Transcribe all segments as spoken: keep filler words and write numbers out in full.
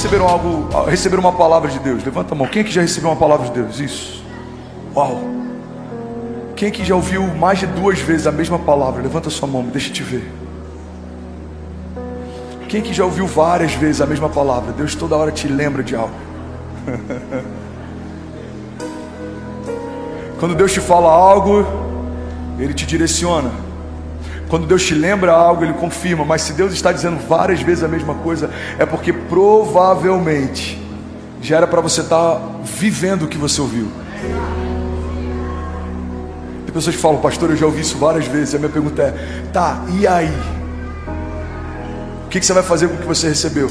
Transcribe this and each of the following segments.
receberam algo, receberam uma palavra de Deus? Levanta a mão. Quem aqui já recebeu uma palavra de Deus? Isso. Uau. Quem aqui já ouviu mais de duas vezes a mesma palavra? Levanta a sua mão, me deixa te ver. Quem aqui já ouviu várias vezes a mesma palavra? Deus toda hora te lembra de algo. Quando Deus te fala algo, Ele te direciona. Quando Deus te lembra algo, Ele confirma. Mas se Deus está dizendo várias vezes a mesma coisa, é porque provavelmente já era para você estar vivendo o que você ouviu. Tem pessoas que falam: pastor, eu já ouvi isso várias vezes. A minha pergunta é: tá, e aí? O que, que você vai fazer com o que você recebeu?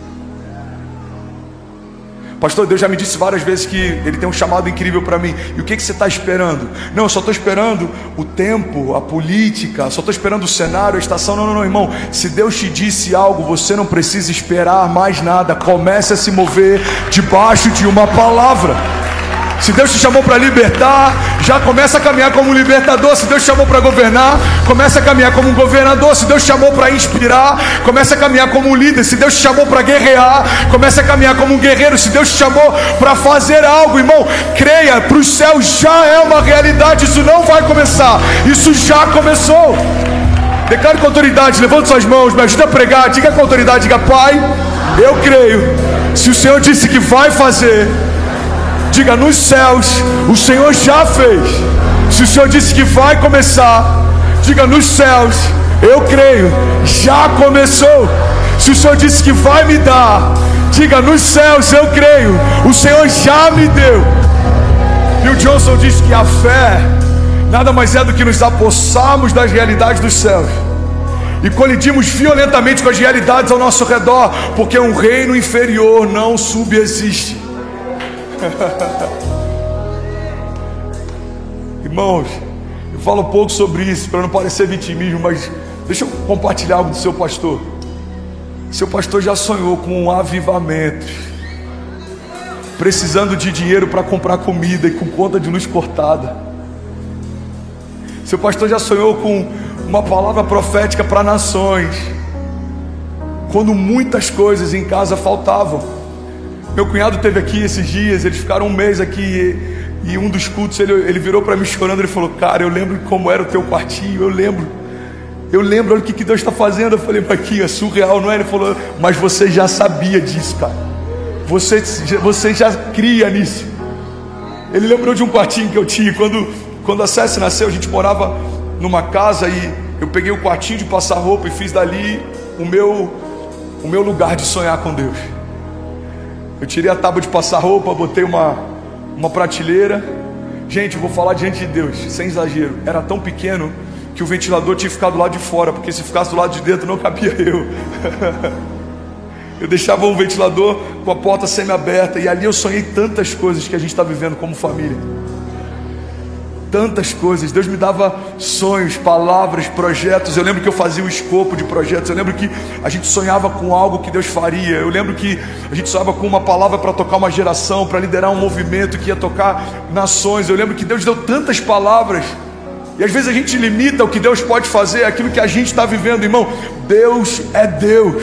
Pastor, Deus já me disse várias vezes que Ele tem um chamado incrível para mim. E o que, que você está esperando? Não, eu só estou esperando o tempo, a política, só estou esperando o cenário, a estação. Não, não, não, irmão. Se Deus te disse algo, você não precisa esperar mais nada. Comece a se mover debaixo de uma palavra. Se Deus te chamou para libertar, já começa a caminhar como um libertador. Se Deus te chamou para governar, começa a caminhar como um governador. Se Deus te chamou para inspirar, começa a caminhar como um líder. Se Deus te chamou para guerrear, começa a caminhar como um guerreiro. Se Deus te chamou para fazer algo, irmão, creia, para os céus já é uma realidade. Isso não vai começar, isso já começou. Declare com autoridade, levante suas mãos, me ajuda a pregar. Diga com autoridade, diga: Pai, eu creio. Se o Senhor disse que vai fazer, diga: nos céus o Senhor já fez. Se o Senhor disse que vai começar, diga: nos céus eu creio, já começou. Se o Senhor disse que vai me dar, diga: nos céus eu creio, o Senhor já me deu. E o Johnson diz que a fé nada mais é do que nos apossarmos das realidades dos céus e colidimos violentamente com as realidades ao nosso redor, porque um reino inferior não subsiste. Irmãos, eu falo um pouco sobre isso para não parecer vitimismo, mas deixa eu compartilhar algo do seu pastor. Seu pastor já sonhou com um avivamento, precisando de dinheiro para comprar comida e com conta de luz cortada. Seu pastor já sonhou com uma palavra profética para nações, quando muitas coisas em casa faltavam. Meu cunhado esteve aqui esses dias, eles ficaram um mês aqui, e, e um dos cultos, ele, ele virou para mim chorando, ele falou: cara, eu lembro como era o teu quartinho, eu lembro, eu lembro, olha o que, que Deus está fazendo. Eu falei: Marquinhos, é surreal, não é? Ele falou: mas você já sabia disso, cara, você, você já cria nisso. Ele lembrou de um quartinho que eu tinha, quando, quando a Cécia nasceu, a gente morava numa casa, e eu peguei o quartinho de passar roupa e fiz dali o meu, o meu lugar de sonhar com Deus. Eu tirei a tábua de passar roupa, botei uma, uma prateleira. Gente, eu vou falar diante de Deus, sem exagero, era tão pequeno que o ventilador tinha ficado do lado de fora, porque se ficasse do lado de dentro não cabia eu. Eu deixava o ventilador com a porta semi-aberta, e ali eu sonhei tantas coisas que a gente está vivendo como família. Tantas coisas, Deus me dava sonhos, palavras, projetos. Eu lembro que eu fazia o escopo de projetos. Eu lembro que a gente sonhava com algo que Deus faria. Eu lembro que a gente sonhava com uma palavra para tocar uma geração, para liderar um movimento que ia tocar nações. Eu lembro que Deus deu tantas palavras, e às vezes a gente limita o que Deus pode fazer, aquilo que a gente está vivendo. Irmão, Deus é Deus.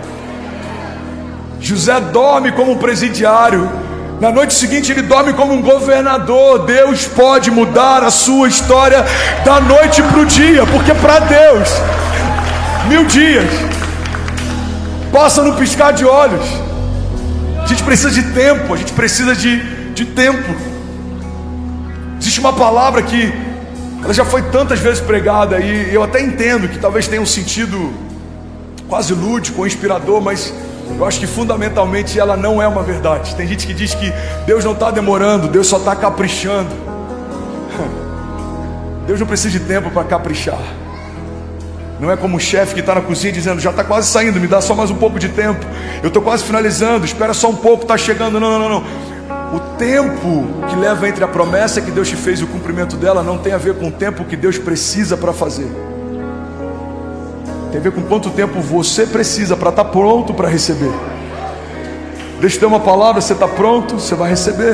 José dorme como um presidiário, na noite seguinte ele dorme como um governador. Deus pode mudar a sua história da noite para o dia, porque para Deus mil dias passa no piscar de olhos. A gente precisa de tempo, a gente precisa de, de tempo. Existe uma palavra que ela já foi tantas vezes pregada, e eu até entendo que talvez tenha um sentido quase lúdico ou inspirador, mas eu acho que fundamentalmente ela não é uma verdade. Tem gente que diz que Deus não está demorando, Deus só está caprichando. Deus não precisa de tempo para caprichar. Não é como um chefe que está na cozinha dizendo: já está quase saindo, me dá só mais um pouco de tempo, eu estou quase finalizando, espera só um pouco, está chegando. Não, não, não, não. O tempo que leva entre a promessa que Deus te fez e o cumprimento dela não tem a ver com o tempo que Deus precisa para fazer. Tem a ver com quanto tempo você precisa para estar pronto para receber. Deixa eu ter uma palavra, você está pronto, você vai receber.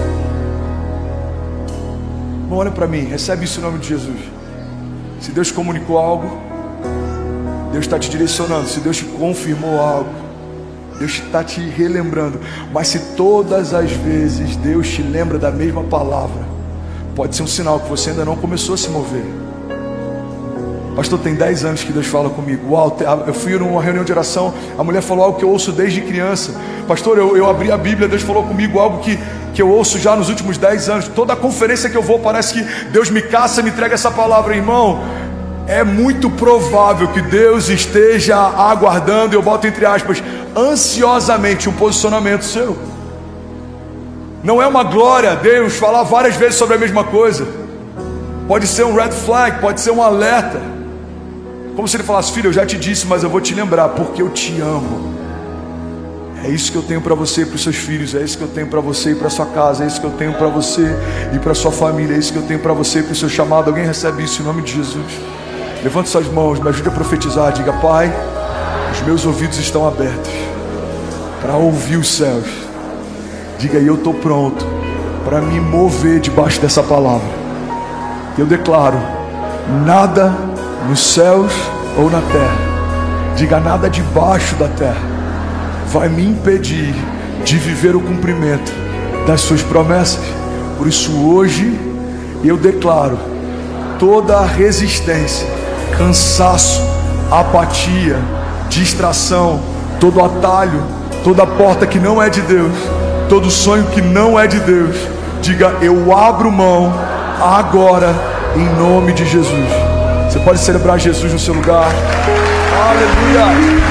Bom, olha para mim, recebe isso em nome de Jesus. Se Deus comunicou algo, Deus está te direcionando. Se Deus te confirmou algo, Deus está te relembrando. Mas se todas as vezes Deus te lembra da mesma palavra, pode ser um sinal que você ainda não começou a se mover. Pastor, tem dez anos que Deus fala comigo. Uau, eu fui numa reunião de oração, a mulher falou algo que eu ouço desde criança. Pastor, eu, eu abri a Bíblia, Deus falou comigo algo que, que eu ouço já nos últimos dez anos. Toda a conferência que eu vou, parece que Deus me caça e me entrega essa palavra. Irmão, é muito provável que Deus esteja aguardando, eu boto entre aspas, ansiosamente um posicionamento seu. Não é uma glória Deus falar várias vezes sobre a mesma coisa. Pode ser um red flag, pode ser um alerta. Como se ele falasse: filho, eu já te disse, mas eu vou te lembrar, porque eu te amo. É isso que eu tenho para você e para os seus filhos. É isso que eu tenho para você e para a sua casa. É isso que eu tenho para você e para a sua família. É isso que eu tenho para você e para o seu chamado. Alguém recebe isso em nome de Jesus? Levante suas mãos, me ajude a profetizar. Diga: Pai, os meus ouvidos estão abertos para ouvir os céus. Diga: e eu estou pronto para me mover debaixo dessa palavra. Eu declaro: nada nos céus ou na terra, diga nada debaixo da terra, vai me impedir de viver o cumprimento das suas promessas. Por isso hoje eu declaro toda a resistência, cansaço, apatia, distração, todo atalho, toda porta que não é de Deus, todo sonho que não é de Deus, diga: eu abro mão agora em nome de Jesus. Você pode celebrar Jesus no seu lugar. Aleluia,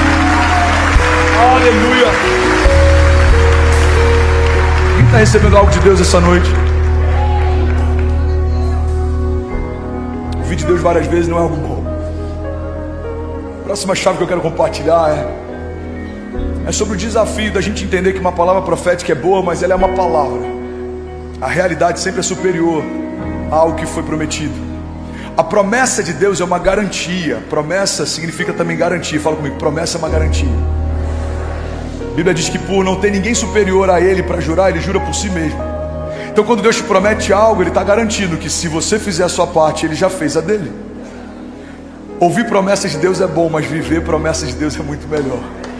aleluia. Quem está recebendo algo de Deus essa noite? Ouvir de Deus várias vezes não é algo bom. A próxima chave que eu quero compartilhar é É sobre o desafio da gente entender que uma palavra profética é boa, mas ela é uma palavra. A realidade sempre é superior ao que foi prometido. A promessa de Deus é uma garantia. Promessa significa também garantia. Fala comigo: promessa é uma garantia. A Bíblia diz que por não ter ninguém superior a Ele para jurar, Ele jura por si mesmo. Então quando Deus te promete algo, Ele está garantindo que se você fizer a sua parte, Ele já fez a dele. Ouvir promessas de Deus é bom, mas viver promessas de Deus é muito melhor.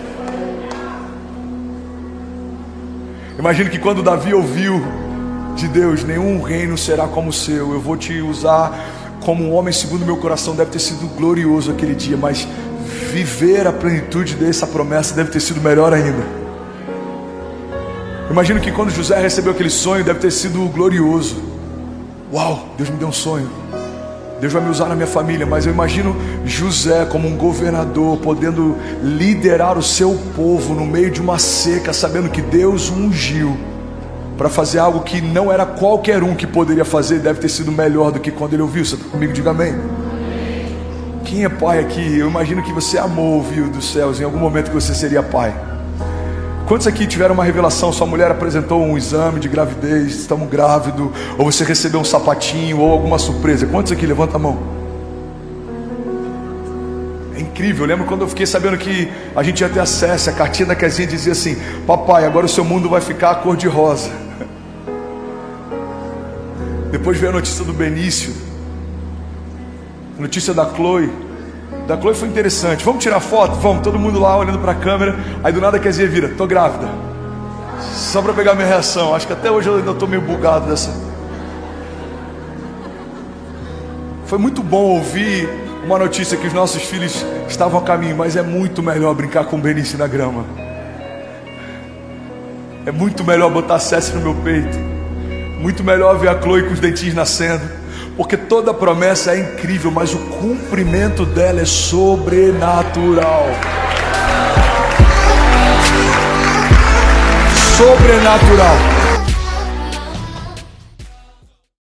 Imagino que quando Davi ouviu de Deus: nenhum reino será como o seu, eu vou te usar como um homem segundo o meu coração. Deve ter sido glorioso aquele dia, mas viver a plenitude dessa promessa deve ter sido melhor ainda. Imagino que quando José recebeu aquele sonho, deve ter sido glorioso. Uau, Deus me deu um sonho, Deus vai me usar na minha família. Mas eu imagino José como um governador, podendo liderar o seu povo no meio de uma seca, sabendo que Deus o ungiu para fazer algo que não era qualquer um que poderia fazer. Deve ter sido melhor do que quando ele ouviu. Você está comigo? Diga amém. Quem é pai aqui? Eu imagino que você amou ouvir dos céus em algum momento que você seria pai. Quantos aqui tiveram uma revelação? Sua mulher apresentou um exame de gravidez, estamos grávidos, ou você recebeu um sapatinho, ou alguma surpresa? Quantos aqui? Levanta a mão. É incrível. Eu lembro quando eu fiquei sabendo que a gente ia ter acesso. A cartinha da casinha dizia assim: papai, agora o seu mundo vai ficar cor de rosa. Depois veio a notícia do Benício, a notícia da Chloe. Da Chloe foi interessante. Vamos tirar foto? Vamos, todo mundo lá olhando para a câmera. Aí do nada a Kezia vira: tô grávida. Só para pegar minha reação. Acho que até hoje eu ainda estou meio bugado dessa. Foi muito bom ouvir uma notícia que os nossos filhos estavam a caminho. Mas é muito melhor brincar com o Benício na grama. É muito melhor botar César no meu peito. Muito melhor ver a Chloe com os dentinhos nascendo. Porque toda promessa é incrível, mas o cumprimento dela é sobrenatural. Sobrenatural.